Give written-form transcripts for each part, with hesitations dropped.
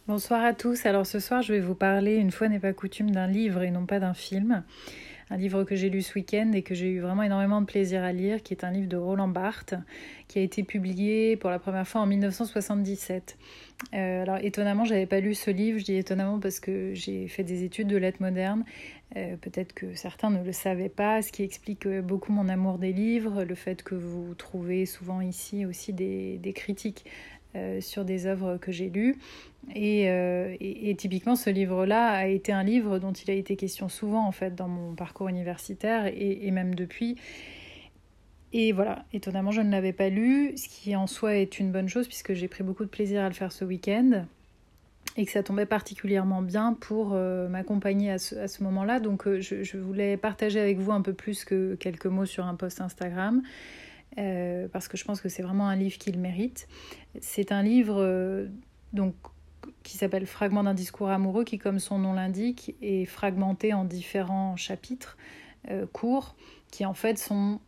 Bonsoir à tous. Alors ce soir, je vais vous parler, une fois n'est pas coutume, d'un livre et non pas d'un film. Un livre que j'ai lu ce week-end et que j'ai eu vraiment énormément de plaisir à lire, qui est un livre de Roland Barthes, qui a été publié pour la première fois en 1977. Alors étonnamment, j'avais pas lu ce livre. Je dis étonnamment parce que j'ai fait des études de lettres modernes. Peut-être que certains ne le savaient pas, ce qui explique beaucoup mon amour des livres, le fait que vous trouvez souvent ici aussi des critiques sur des œuvres que j'ai lues. Et typiquement, ce livre-là a été un livre dont il a été question souvent en fait dans mon parcours universitaire et même depuis. Et voilà, étonnamment, je ne l'avais pas lu, ce qui en soi est une bonne chose puisque j'ai pris beaucoup de plaisir à le faire ce week-end et que ça tombait particulièrement bien pour m'accompagner à ce moment-là. Donc je voulais partager avec vous un peu plus que quelques mots sur un post Instagram. Parce que je pense que c'est vraiment un livre qui le mérite. C'est un livre donc, qui s'appelle Fragments d'un discours amoureux, qui, comme son nom l'indique, est fragmenté en différents chapitres courts, qui en fait sont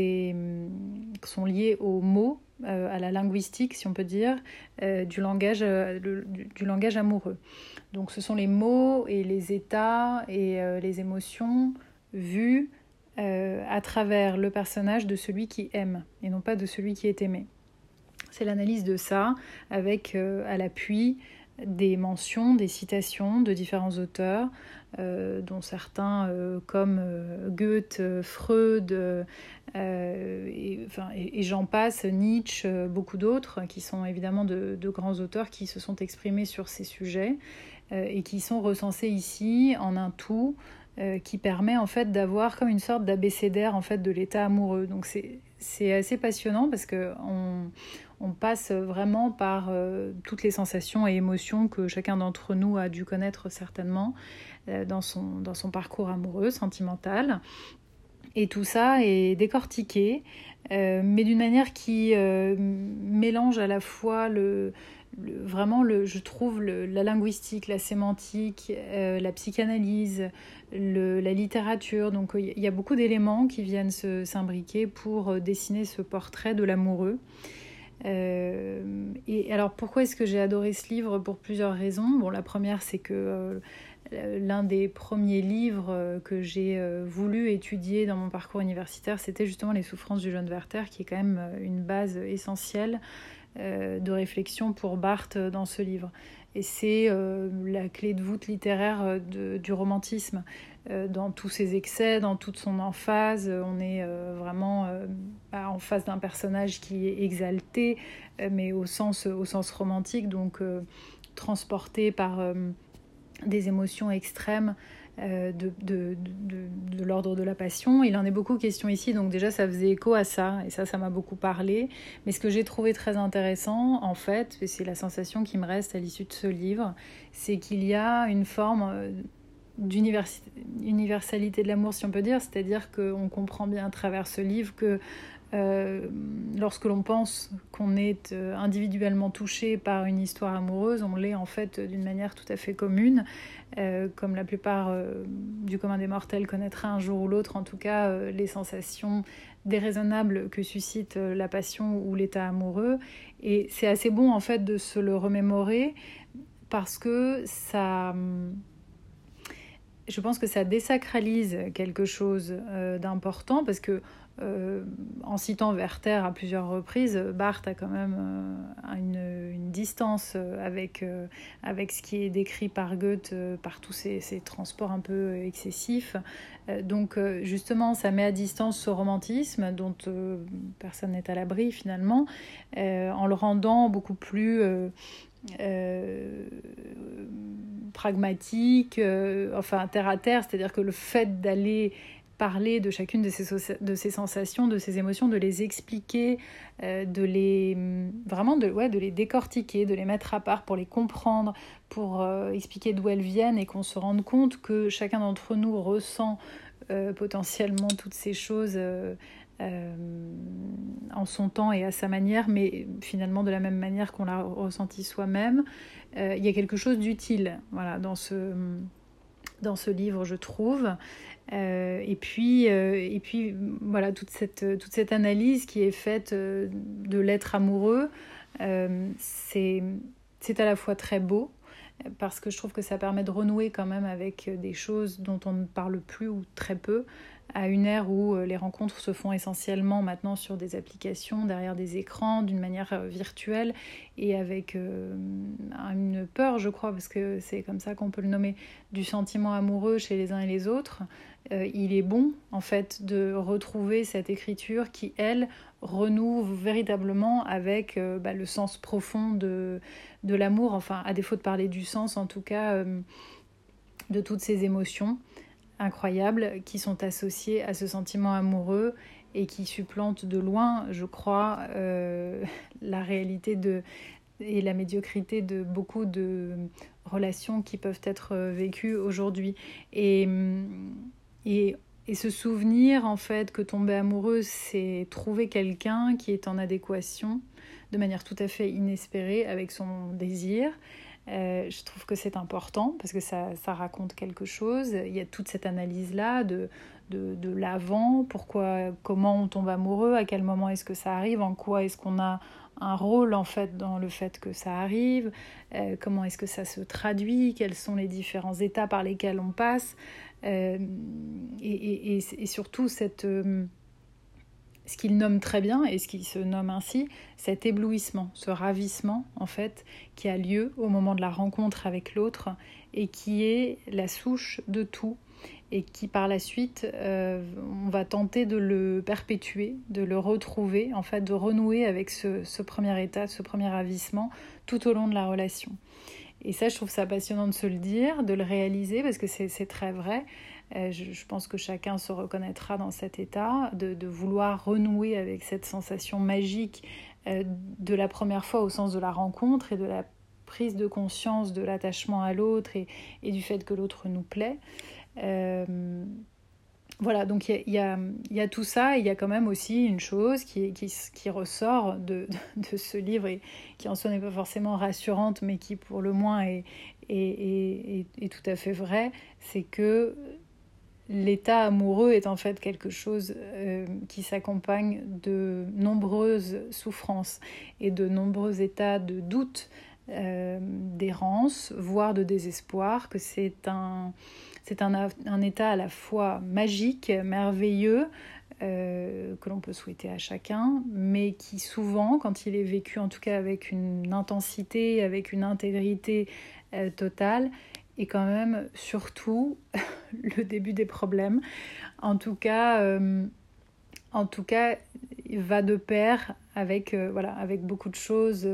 liés aux mots, à la linguistique, si on peut dire, du langage amoureux. Donc ce sont les mots et les états et les émotions vus à travers le personnage de celui qui aime et non pas de celui qui est aimé. C'est l'analyse de ça avec à l'appui des mentions, des citations de différents auteurs, dont certains comme Goethe, Freud, et j'en passe, Nietzsche, beaucoup d'autres, qui sont évidemment de grands auteurs qui se sont exprimés sur ces sujets et qui sont recensés ici en un tout qui permet en fait d'avoir comme une sorte d'abécédaire en fait de l'état amoureux. Donc c'est assez passionnant parce que on passe vraiment par toutes les sensations et émotions que chacun d'entre nous a dû connaître certainement dans son parcours amoureux, sentimental. Et tout ça est décortiqué, mais d'une manière qui mélange à la fois je trouve la linguistique, la sémantique, la psychanalyse, la littérature. Donc il y a beaucoup d'éléments qui viennent s'imbriquer pour dessiner ce portrait de l'amoureux. Et alors pourquoi est-ce que j'ai adoré ce livre? Pour plusieurs raisons. Bon, la première, c'est que l'un des premiers livres que j'ai voulu étudier dans mon parcours universitaire, c'était justement Les souffrances du jeune Werther, qui est quand même une base essentielle de réflexion pour Barthes dans ce livre. Et c'est la clé de voûte littéraire du romantisme. Dans tous ses excès, dans toute son emphase, on est vraiment en face d'un personnage qui est exalté, mais au sens romantique, donc transporté par des émotions extrêmes de l'ordre de la passion. Il en est beaucoup question ici, donc déjà ça faisait écho à ça, et ça m'a beaucoup parlé. Mais ce que j'ai trouvé très intéressant, en fait, et c'est la sensation qui me reste à l'issue de ce livre, c'est qu'il y a une forme d'universalité de l'amour, si on peut dire, c'est-à-dire qu'on comprend bien à travers ce livre que lorsque l'on pense qu'on est individuellement touché par une histoire amoureuse, on l'est en fait d'une manière tout à fait commune, comme la plupart du commun des mortels connaîtra un jour ou l'autre, en tout cas les sensations déraisonnables que suscite la passion ou l'état amoureux. Et c'est assez bon en fait de se le remémorer parce que je pense que ça désacralise quelque chose d'important, parce que en citant Werther à plusieurs reprises, Barthes a quand même une distance avec ce qui est décrit par Goethe, par tous ces transports un peu excessifs. Donc justement, ça met à distance ce romantisme dont personne n'est à l'abri finalement, en le rendant beaucoup plus pragmatique, enfin terre à terre, c'est-à-dire que le fait d'aller parler de chacune de ces sensations, de ces émotions, de les expliquer, de les décortiquer, de les mettre à part pour les comprendre, pour expliquer d'où elles viennent et qu'on se rende compte que chacun d'entre nous ressent potentiellement toutes ces choses en son temps et à sa manière, mais finalement de la même manière qu'on l'a ressenti soi-même. Il y a quelque chose d'utile, voilà, dans ce livre, je trouve. Et puis voilà, toute cette analyse qui est faite de l'être amoureux, c'est à la fois très beau, parce que je trouve que ça permet de renouer quand même avec des choses dont on ne parle plus ou très peu, à une ère où les rencontres se font essentiellement maintenant sur des applications, derrière des écrans, d'une manière virtuelle, et avec une peur, je crois, parce que c'est comme ça qu'on peut le nommer, du sentiment amoureux chez les uns et les autres. Il est bon, en fait, de retrouver cette écriture qui, elle, renoue véritablement avec le sens profond de l'amour, enfin, à défaut de parler du sens, en tout cas, de toutes ces émotions incroyables qui sont associées à ce sentiment amoureux et qui supplantent de loin, je crois, la réalité et la médiocrité de beaucoup de relations qui peuvent être vécues aujourd'hui. Et ce souvenir, en fait, que tomber amoureuse, c'est trouver quelqu'un qui est en adéquation de manière tout à fait inespérée avec son désir. Je trouve que c'est important parce que ça raconte quelque chose. Il y a toute cette analyse-là de l'avant, comment on tombe amoureux, à quel moment est-ce que ça arrive, en quoi est-ce qu'on a un rôle en fait dans le fait que ça arrive, comment est-ce que ça se traduit, quels sont les différents états par lesquels on passe, et surtout ce qu'il nomme très bien, et ce qui se nomme ainsi, cet éblouissement, ce ravissement, en fait, qui a lieu au moment de la rencontre avec l'autre, et qui est la souche de tout, et qui, par la suite, on va tenter de le perpétuer, de le retrouver, en fait, de renouer avec ce premier état, ce premier ravissement, tout au long de la relation. Et ça, je trouve ça passionnant de se le dire, de le réaliser, parce que c'est très vrai. Je pense que chacun se reconnaîtra dans cet état, de vouloir renouer avec cette sensation magique de la première fois au sens de la rencontre et de la prise de conscience de l'attachement à l'autre et du fait que l'autre nous plaît. Voilà, donc il y a tout ça, et il y a quand même aussi une chose qui ressort de ce livre et qui en soi n'est pas forcément rassurante, mais qui pour le moins est tout à fait vrai, c'est que l'état amoureux est en fait quelque chose qui s'accompagne de nombreuses souffrances et de nombreux états de doute, d'errance, voire de désespoir, que c'est un état à la fois magique, merveilleux, que l'on peut souhaiter à chacun, mais qui souvent, quand il est vécu en tout cas avec une intensité, avec une intégrité totale, est quand même surtout le début des problèmes. En tout cas, il va de pair avec beaucoup de choses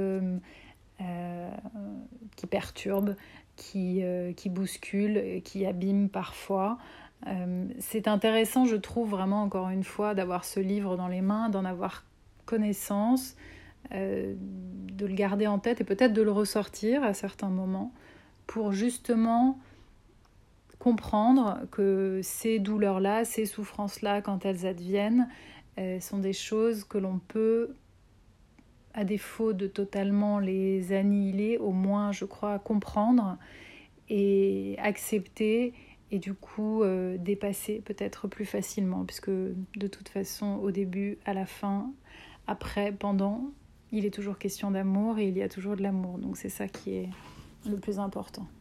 qui perturbent, qui bousculent, qui abîment parfois. C'est intéressant, je trouve vraiment encore une fois, d'avoir ce livre dans les mains, d'en avoir connaissance, de le garder en tête et peut-être de le ressortir à certains moments pour justement comprendre que ces douleurs-là, ces souffrances-là, quand elles adviennent, sont des choses que l'on peut, à défaut de totalement les annihiler, au moins, je crois, comprendre et accepter, et du coup dépasser peut-être plus facilement, puisque de toute façon, au début, à la fin, après, pendant, il est toujours question d'amour et il y a toujours de l'amour. Donc c'est ça qui est le plus important.